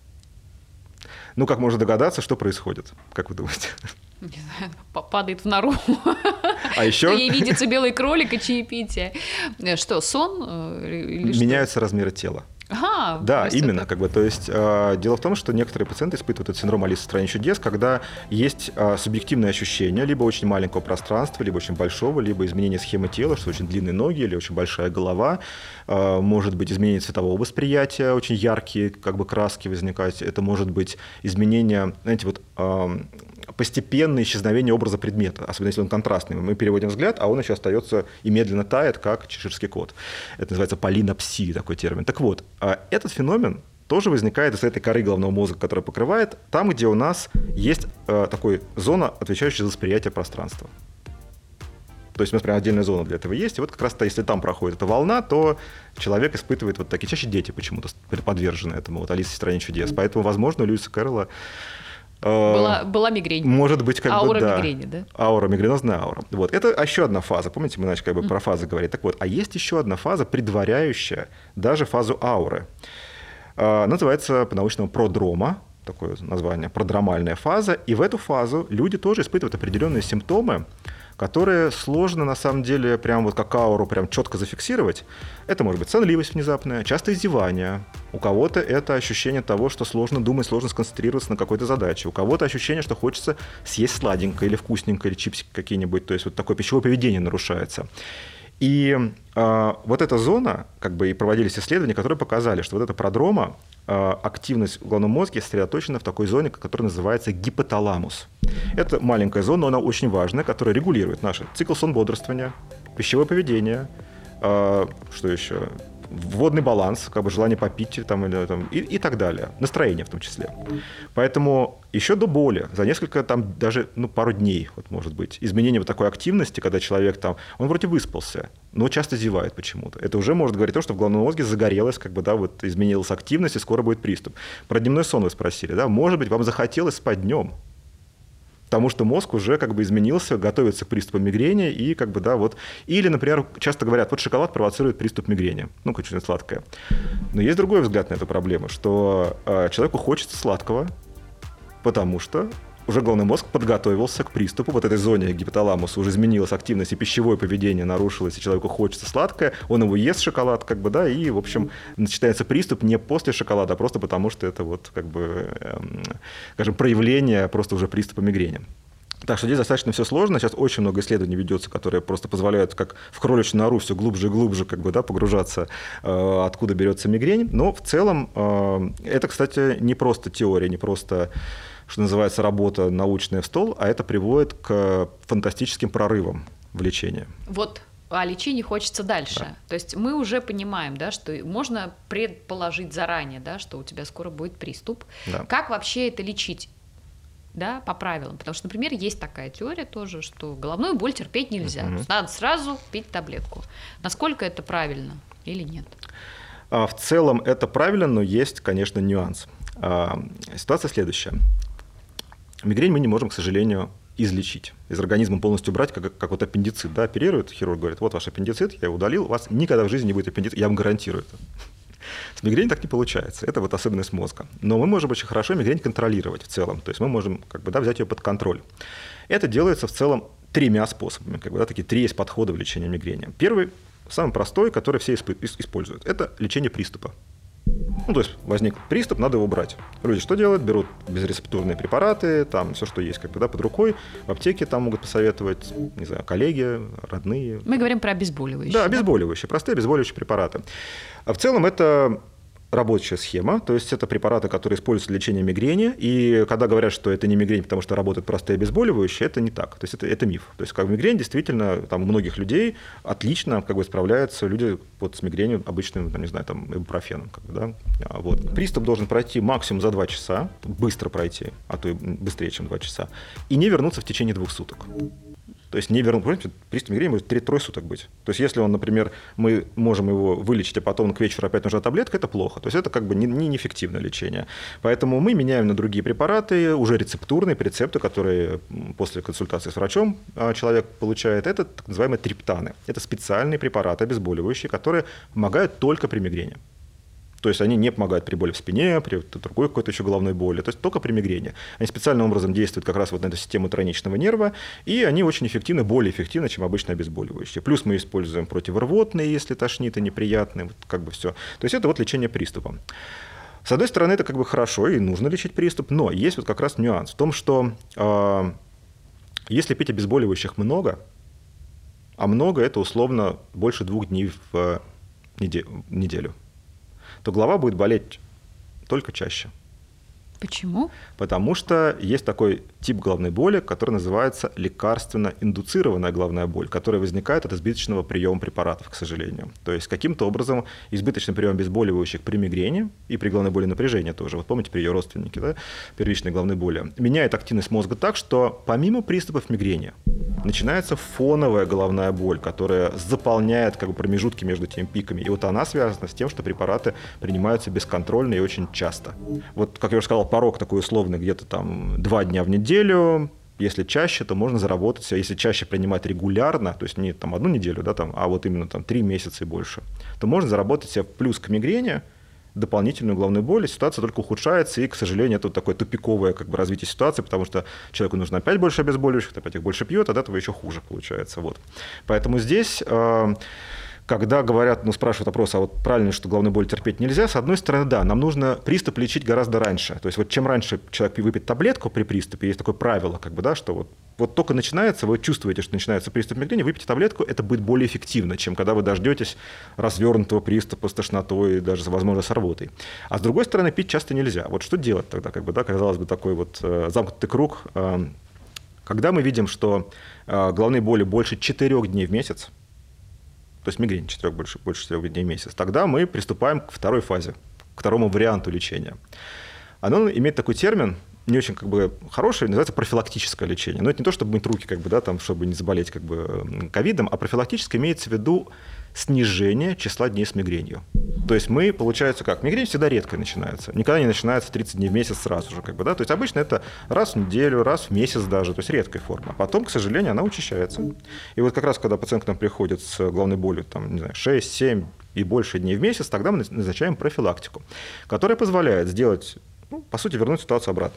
Ну, как можно догадаться, что происходит? Как вы думаете? Не знаю, падает в нору. А еще? Ей видится белый кролик и чаепитие. Что, сон? Или меняются размеры тела. Ага, Да, именно. То есть дело в том, что некоторые пациенты испытывают этот синдром Алисы в стране чудес, когда есть субъективное ощущение либо очень маленького пространства, либо очень большого, либо изменение схемы тела, что очень длинные ноги или очень большая голова, может быть изменение цветового восприятия, очень яркие краски возникать, это может быть изменение, знаете, постепенное исчезновение образа предмета, особенно если он контрастный. Мы переводим взгляд, а он еще остается и медленно тает, как чеширский кот. Это называется полинопсия, такой термин. Так вот, этот феномен тоже возникает из этой коры головного мозга, которая покрывает там, где у нас есть такая зона, отвечающая за восприятие пространства. То есть у нас прям отдельная зона для этого есть. И вот как раз-то, если там проходит эта волна, то человек испытывает вот такие, чаще дети почему-то подвержены этому, Алисе в стране чудес. Поэтому, возможно, у Льюиса Кэрролла была мигрень. Может быть, аура мигрени, да? Аура, мигренозная аура. Вот. Это еще одна фаза. Помните, мы начали про фазы говорить. Так вот, а есть еще одна фаза, предваряющая даже фазу ауры. Называется по-научному продрома, такое название, продромальная фаза. И в эту фазу люди тоже испытывают определенные симптомы, которые сложно, на самом деле, прям как ауру прям четко зафиксировать. Это может быть сонливость внезапная, частое зевание. У кого-то это ощущение того, что сложно думать, сложно сконцентрироваться на какой-то задаче. У кого-то ощущение, что хочется съесть сладенькое или вкусненькое, или чипсики какие-нибудь. То есть вот такое пищевое поведение нарушается. И вот эта зона, и проводились исследования, которые показали, что вот эта продрома, активность в головном мозге сосредоточена в такой зоне, которая называется гипоталамус. Это маленькая зона, но она очень важная, которая регулирует наш цикл сон-бодрствования, пищевое поведение, что еще, водный баланс, желание попить и так далее, настроение в том числе. Поэтому еще до боли, за несколько, даже пару дней, может быть, изменение вот такой активности, когда человек он вроде выспался, но часто зевает почему-то. Это уже может говорить о том, что в головном мозге загорелось, изменилась активность, и скоро будет приступ. Про дневной сон вы спросили, да? Может быть, вам захотелось спать днем, потому что мозг уже изменился, готовится к приступу мигрени, и Или, например, часто говорят, вот шоколад провоцирует приступ мигрени, что-нибудь сладкое. Но есть другой взгляд на эту проблему, что человеку хочется сладкого, потому что уже головной мозг подготовился к приступу, вот этой зоне гипоталамуса уже изменилась активность, и пищевое поведение нарушилось, и человеку хочется сладкое, он его ест, шоколад, и, в общем, начинается приступ не после шоколада, а просто потому, что это проявление просто уже приступа мигрени. Так что здесь достаточно все сложно. Сейчас очень много исследований ведется, которые просто позволяют, как в кроличью нору, все глубже и глубже погружаться, откуда берется мигрень. Но в целом это, кстати, не просто теория, не просто, что называется, работа научная в стол, а это приводит к фантастическим прорывам в лечении. Вот о лечении хочется дальше. Да. То есть мы уже понимаем, что можно предположить заранее, что у тебя скоро будет приступ. Да. Как вообще это лечить? По правилам. Потому что, например, есть такая теория тоже, что головную боль терпеть нельзя. То есть надо сразу пить таблетку. Насколько это правильно или нет? В целом это правильно, но есть, конечно, нюанс. Ситуация следующая. Мигрень мы не можем, к сожалению, излечить. Из организма полностью брать, как аппендицит. Оперирует, хирург говорит, вот ваш аппендицит, я его удалил, у вас никогда в жизни не будет аппендицита, я вам гарантирую это. С мигренью так не получается. Это особенность мозга. Но мы можем очень хорошо мигрень контролировать в целом. То есть мы можем взять ее под контроль. Это делается в целом 3 способами. Такие 3 есть подхода в лечении мигрени. Первый, самый простой, который все используют, это лечение приступа. То есть возник приступ, надо его брать. Люди что делают? Берут безрецептурные препараты, все, что есть под рукой. В аптеке могут посоветовать, не знаю, коллеги, родные. Мы говорим про обезболивающие. Да, обезболивающие, простые обезболивающие препараты. А в целом это рабочая схема, то есть это препараты, которые используются для лечения мигрени, и когда говорят, что это не мигрень, потому что работают простые обезболивающие, это не так, то есть это миф. То есть мигрень действительно, у многих людей отлично справляются люди с мигренью обычным, ибупрофеном. Вот. Приступ должен пройти максимум за 2 часа, быстро пройти, а то и быстрее, чем 2 часа, и не вернуться в течение 2 суток. То есть не вернуть, приступ мигрени может 3 суток быть. То есть если он, например, мы можем его вылечить, а потом к вечеру опять нужна таблетка, это плохо. То есть это неэффективное лечение. Поэтому мы меняем на другие препараты, уже рецептурные, по рецепту, которые после консультации с врачом человек получает. Это так называемые триптаны. Это специальные препараты обезболивающие, которые помогают только при мигрени. То есть они не помогают при боли в спине, при другой какой-то еще головной боли, то есть только при мигрени. Они специальным образом действуют как раз вот на эту систему тройничного нерва, и они очень эффективны, более эффективны, чем обычные обезболивающие. Плюс мы используем противорвотные, если тошнит и неприятные, вот как бы все. То есть это вот лечение приступа. С одной стороны, это как бы хорошо, и нужно лечить приступ, но есть вот как раз нюанс в том, что если пить обезболивающих много, а много – это условно больше 2 дней в неделю, то голова будет болеть только чаще. Почему? Потому что есть такой тип головной боли, который называется лекарственно-индуцированная головная боль, которая возникает от избыточного приема препаратов, к сожалению. То есть каким-то образом избыточный прием обезболивающих при мигрени и при головной боли напряжения тоже, вот помните при ее родственнике, да, первичной головной боли, меняет активность мозга так, что помимо приступов мигрени начинается фоновая головная боль, которая заполняет как бы промежутки между этими пиками. И вот она связана с тем, что препараты принимаются бесконтрольно и очень часто. Вот, как я уже сказал, порог такой условный, где-то там 2 дня в неделю. Если чаще, то можно заработать, если чаще принимать регулярно, то есть не там 1 неделю, да, там, а вот именно там 3 месяца и больше, то можно заработать себе плюс к мигрени дополнительную головную боль, и ситуация только ухудшается, и, к сожалению, это вот такое тупиковое как бы развитие ситуации, потому что человеку нужно опять больше обезболивающих, опять их больше пьет, от этого еще хуже получается. Вот. Поэтому здесь, когда говорят, спрашивают вопрос, а вот правильно, что головную боль терпеть нельзя, с одной стороны, да, нам нужно приступ лечить гораздо раньше. То есть вот чем раньше человек выпьет таблетку при приступе, есть такое правило, как бы, да, что вот только начинается, вы чувствуете, что начинается приступ мигрени, выпейте таблетку, это будет более эффективно, чем когда вы дождетесь развернутого приступа с тошнотой, даже, возможно, с рвотой. А с другой стороны, пить часто нельзя. Вот что делать тогда, как бы, да, казалось бы, такой вот замкнутый круг. Когда мы видим, что головные боли больше 4 дней в месяц, то есть мигрень больше 4 дней в месяц, тогда мы приступаем к второй фазе, к второму варианту лечения. Оно имеет такой термин, не очень как бы хороший, называется профилактическое лечение. Но это не то, чтобы мыть руки, как бы, да, там, чтобы не заболеть как бы ковидом, а профилактическое имеется в виду снижение числа дней с мигренью. То есть мы, получается, как? Мигрень всегда редко начинается. Никогда не начинается 30 дней в месяц сразу же. Как бы, да? То есть обычно это раз в неделю, раз в месяц даже, то есть редкая форма. А потом, к сожалению, она учащается. И вот как раз, когда пациент к нам приходит с головной болью, там, не знаю, 6, 7 и больше дней в месяц, тогда мы назначаем профилактику, которая позволяет сделать, по сути, вернуть ситуацию обратно.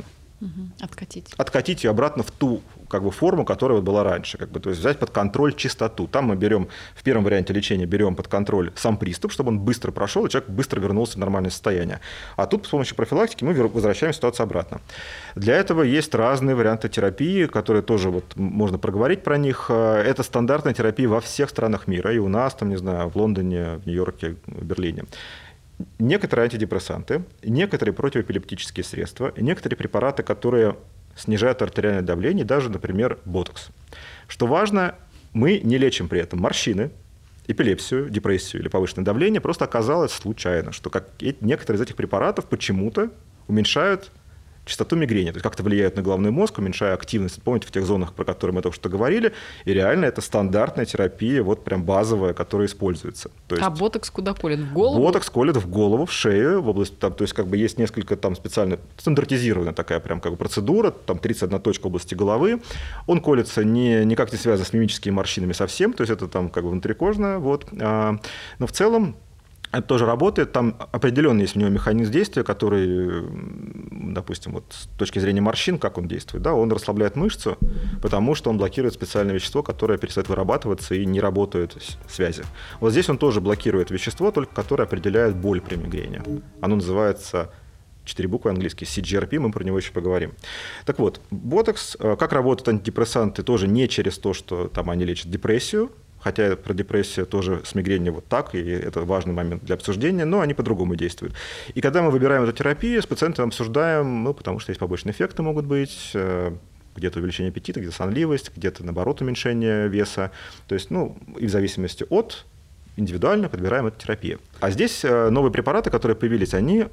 Откатить ее обратно в ту как бы, форму, которая вот была раньше. Как бы, то есть взять под контроль чистоту. Там мы берем, в первом варианте лечения берем под контроль сам приступ, чтобы он быстро прошел, и человек быстро вернулся в нормальное состояние. А тут с помощью профилактики мы возвращаем ситуацию обратно. Для этого есть разные варианты терапии, которые тоже вот, можно проговорить про них. Это стандартная терапия во всех странах мира. И у нас, там, не знаю, в Лондоне, в Нью-Йорке, в Берлине. Некоторые антидепрессанты, некоторые противоэпилептические средства, и некоторые препараты, которые снижают артериальное давление, даже, например, ботокс. Что важно, мы не лечим при этом морщины, эпилепсию, депрессию или повышенное давление. Просто оказалось случайно, что некоторые из этих препаратов почему-то уменьшают частоту мигрени, то есть как-то влияют на головной мозг, уменьшая активность. Помните, в тех зонах, про которые мы только что говорили, и реально это стандартная терапия, вот прям базовая, которая используется. То есть, ботокс куда колет? В голову? Ботокс колет в голову, в шею, в область, там, то есть как бы есть несколько там специально стандартизированная такая прям как бы процедура, там 31 точка в области головы. Он колется никак не связан с мимическими морщинами совсем, то есть это там как бы внутрикожно, вот. Но в целом это тоже работает, там определенный есть у него механизм действия, который, допустим, вот с точки зрения морщин, как он действует, да, он расслабляет мышцу, потому что он блокирует специальное вещество, которое перестает вырабатываться и не работают связи. Вот здесь он тоже блокирует вещество, только которое определяет боль при мигрени. Оно называется 4 буквы английские, CGRP, мы про него еще поговорим. Так вот, ботокс, как работают антидепрессанты, тоже не через то, что там они лечат депрессию, хотя про депрессию тоже с мигренью вот так, и это важный момент для обсуждения, но они по-другому действуют. И когда мы выбираем эту терапию, с пациентом обсуждаем, потому что есть побочные эффекты могут быть, где-то увеличение аппетита, где-то сонливость, где-то, наоборот, уменьшение веса. То есть, и в зависимости от индивидуально подбираем эту терапию. А здесь новые препараты, которые появились, они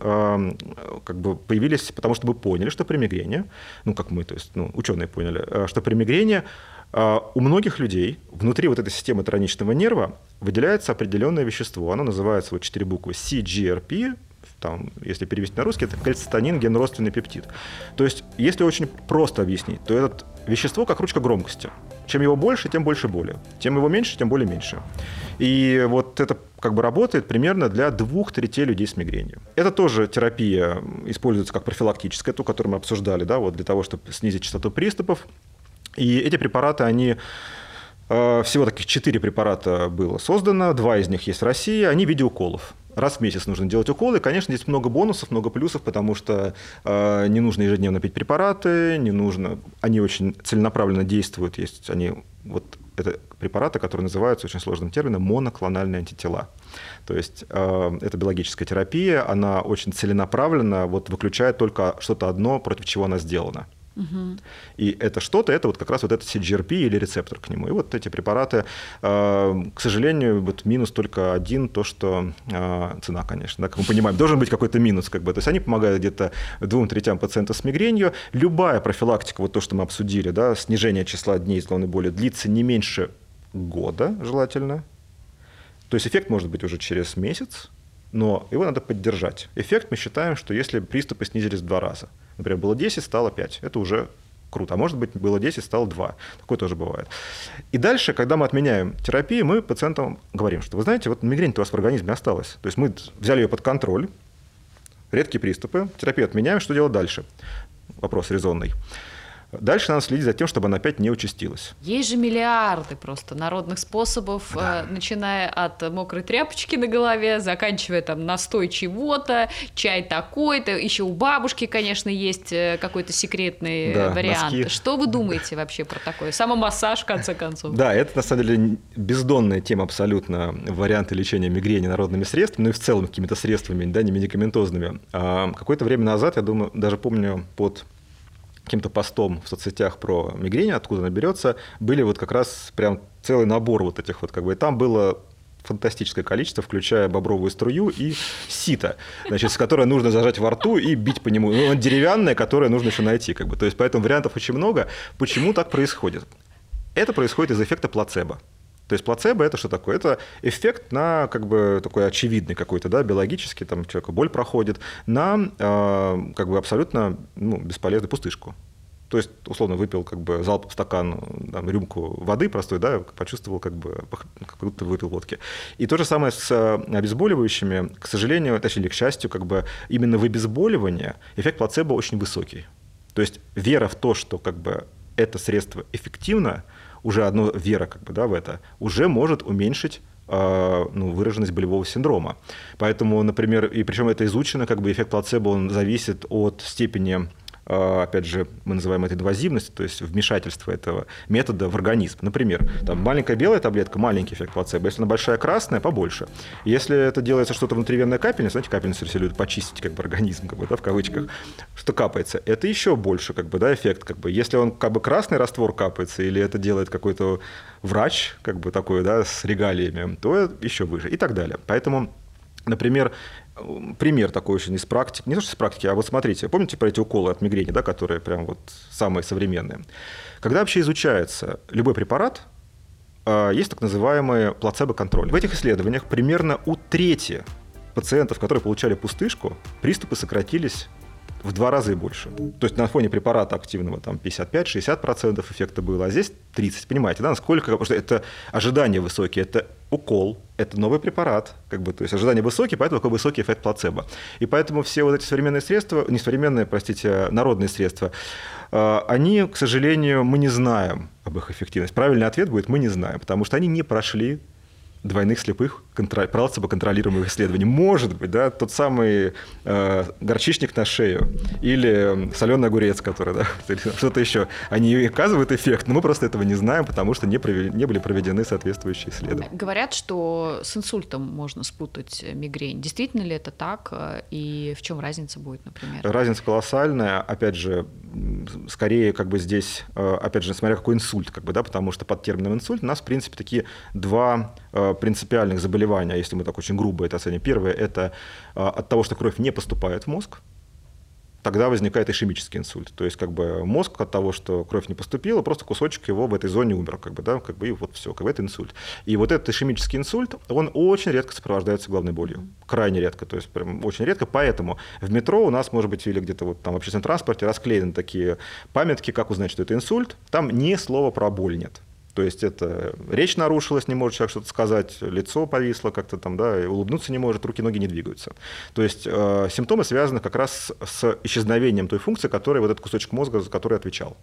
как бы появились, потому что мы поняли, что при мигрени, ученые поняли, что при мигрени у многих людей внутри вот этой системы тройничного нерва выделяется определенное вещество. Оно называется 4 буквы CGRP, там, если перевести на русский, это кальцитонин генродственный пептид. То есть, если очень просто объяснить, то это вещество как ручка громкости. Чем его больше, тем больше боли. Чем его меньше, тем боли меньше. И вот это как бы работает примерно для 2/3 людей с мигренью. Это тоже терапия используется как профилактическая, ту, которую мы обсуждали, да, вот для того, чтобы снизить частоту приступов. И эти препараты, они... Всего таких 4 препарата было создано, 2 из них есть в России, они в виде уколов. Раз в месяц нужно делать уколы. Конечно, здесь много бонусов, много плюсов, потому что не нужно ежедневно пить препараты, не нужно, они очень целенаправленно действуют. Есть они, вот это препараты, которые называются очень сложным термином моноклональные антитела. То есть это биологическая терапия, она очень целенаправленно вот выключает только что-то одно, против чего она сделана. И это что-то, это вот как раз вот этот CGRP или рецептор к нему. И вот эти препараты, к сожалению, вот минус только один, то, что цена, конечно, да, как мы понимаем, должен быть какой-то минус. Как бы. То есть они помогают где-то 2/3 пациентов с мигренью. Любая профилактика, вот то, что мы обсудили, да, снижение числа дней с головной болью, длится не меньше года желательно. То есть эффект может быть уже через месяц, но его надо поддержать. Эффект мы считаем, что если приступы снизились в 2 раза. Например, было 10, стало 5. Это уже круто. А может быть, было 10, стало 2. Такое тоже бывает. И дальше, когда мы отменяем терапию, мы пациентам говорим, что, вы знаете, вот мигрень-то у вас в организме осталась. То есть мы взяли ее под контроль, редкие приступы, терапию отменяем, что делать дальше? Вопрос резонный. Дальше надо следить за тем, чтобы она опять не участилась. Есть же миллиарды просто народных способов, да. Начиная от мокрой тряпочки на голове, заканчивая там настой чего-то, чай такой-то, еще у бабушки, конечно, есть какой-то секретный вариант. Носки. Что вы думаете вообще про такое? Самомассаж, в конце концов. Да, это на самом деле бездонная тема абсолютно, варианты лечения мигрени народными средствами, ну и в целом какими-то средствами, да, не медикаментозными. Какое-то время назад, я думаю, даже помню под каким-то постом в соцсетях про мигрень, откуда она берется, были вот как раз прям целый набор вот этих вот, как бы, и там было фантастическое количество, включая бобровую струю и сито, значит, с которой нужно зажать во рту и бить по нему. Ну, деревянное, которое нужно еще найти, как бы. То есть, поэтому вариантов очень много. Почему так происходит? Это происходит из эффекта плацебо. То есть плацебо – это что такое? Это эффект на как бы такой очевидный какой-то, да, биологический, там человека боль проходит, на как бы абсолютно бесполезную пустышку. То есть, условно, выпил как бы залп, стакан, там, рюмку воды простой, да, почувствовал, как будто выпил водки. И то же самое с обезболивающими, к сожалению, точнее, к счастью, как бы именно в обезболивании эффект плацебо очень высокий. То есть вера в то, что как бы это средство эффективно, уже одна вера как бы, да, в это уже может уменьшить выраженность болевого синдрома. Поэтому, например, и причем это изучено, как бы эффект плацебо, он зависит от степени, опять же, мы называем это инвазивность, то есть вмешательство этого метода в организм. Например, там маленькая белая таблетка, маленький эффект плацебо, если она большая красная, побольше. Если это делается что-то внутривенная капельница, знаете, капельницу все любят почистить как бы организм, как бы, да, в кавычках, что капается, это еще больше как бы, да, эффект. Как бы. Если он как бы красный раствор капается, или это делает какой-то врач, как бы такой, да, с регалиями, то еще выше и так далее. Поэтому, например, пример такой очень из практики, не то что из практики, а вот смотрите, помните про эти уколы от мигрени, да, которые прям вот самые современные? Когда вообще изучается любой препарат, есть так называемый плацебо-контроль. В этих исследованиях примерно у трети пациентов, которые получали пустышку, приступы сократились в 2 раза и больше. То есть на фоне препарата активного там 55-60% эффекта было, а здесь 30%. Понимаете, да, насколько, потому что это ожидания высокие, это укол, это новый препарат, как бы, то есть ожидания высокие, поэтому такой высокий эффект плацебо. И поэтому все вот эти современные средства, не современные, простите, народные средства, они, к сожалению, мы не знаем об их эффективности. Правильный ответ будет: мы не знаем, потому что они не прошли двойных слепых плацебо-контролируемых исследований. Может быть, да, тот самый горчичник на шею или соленый огурец, который, да, что-то еще, они оказывают эффект, но мы просто этого не знаем, потому что не были проведены соответствующие исследования. Говорят, что с инсультом можно спутать мигрень. Действительно ли это так? И в чем разница будет, например? Разница колоссальная. Опять же, скорее как бы здесь, опять же, смотря какой инсульт, как бы, да, потому что под термином инсульт у нас, в принципе, такие 2 принципиальных заболевания, если мы так очень грубо это оценим. Первое – это от того, что кровь не поступает в мозг, тогда возникает ишемический инсульт. То есть как бы мозг от того, что кровь не поступила, просто кусочек его в этой зоне умер, как бы, да, как бы, и вот все, как бы это инсульт. И вот этот ишемический инсульт, он очень редко сопровождается головной болью. Крайне редко, то есть прям очень редко. Поэтому в метро у нас, может быть, или где-то вот там в общественном транспорте расклеены такие памятки, как узнать, что это инсульт. Там ни слова про боль нет. То есть это речь нарушилась, не может человек что-то сказать, лицо повисло как-то там, да, и улыбнуться не может, руки, ноги не двигаются. То есть симптомы связаны как раз с исчезновением той функции, которая вот этот кусочек мозга, за который отвечал.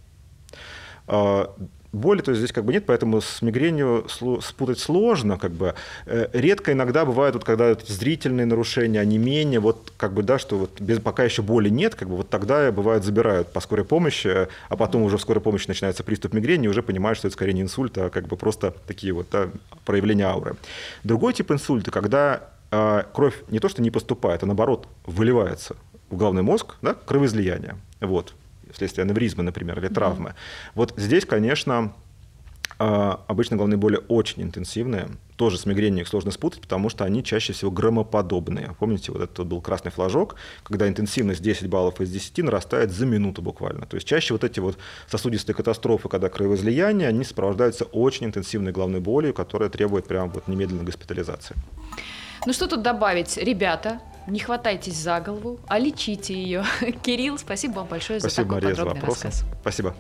Боли, то есть здесь как бы нет, поэтому с мигренью спутать сложно, как бы. Редко иногда бывает, вот, когда зрительные нарушения, онемение, вот как бы, да, что вот пока еще боли нет, как бы вот тогда бывает забирают по скорой помощи, а потом уже в скорой помощи начинается приступ мигрени, и уже понимают, что это скорее не инсульт, а как бы просто такие вот, да, проявления ауры. Другой тип инсульта, когда кровь не то что не поступает, а наоборот выливается в головной мозг, да, кровоизлияние, вот. Вследствие аневризмы, например, или травмы. Вот здесь, конечно, обычно головные боли очень интенсивные. Тоже с мигренью их сложно спутать, потому что они чаще всего громоподобные. Помните, вот этот был красный флажок, когда интенсивность 10 баллов из 10 нарастает за минуту буквально. То есть чаще вот эти вот сосудистые катастрофы, когда кровоизлияние, они сопровождаются очень интенсивной головной болью, которая требует прям вот немедленной госпитализации. Ну что тут добавить, ребята? Не хватайтесь за голову, а лечите ее. Кирилл, спасибо вам большое за такой подробный рассказ. Спасибо.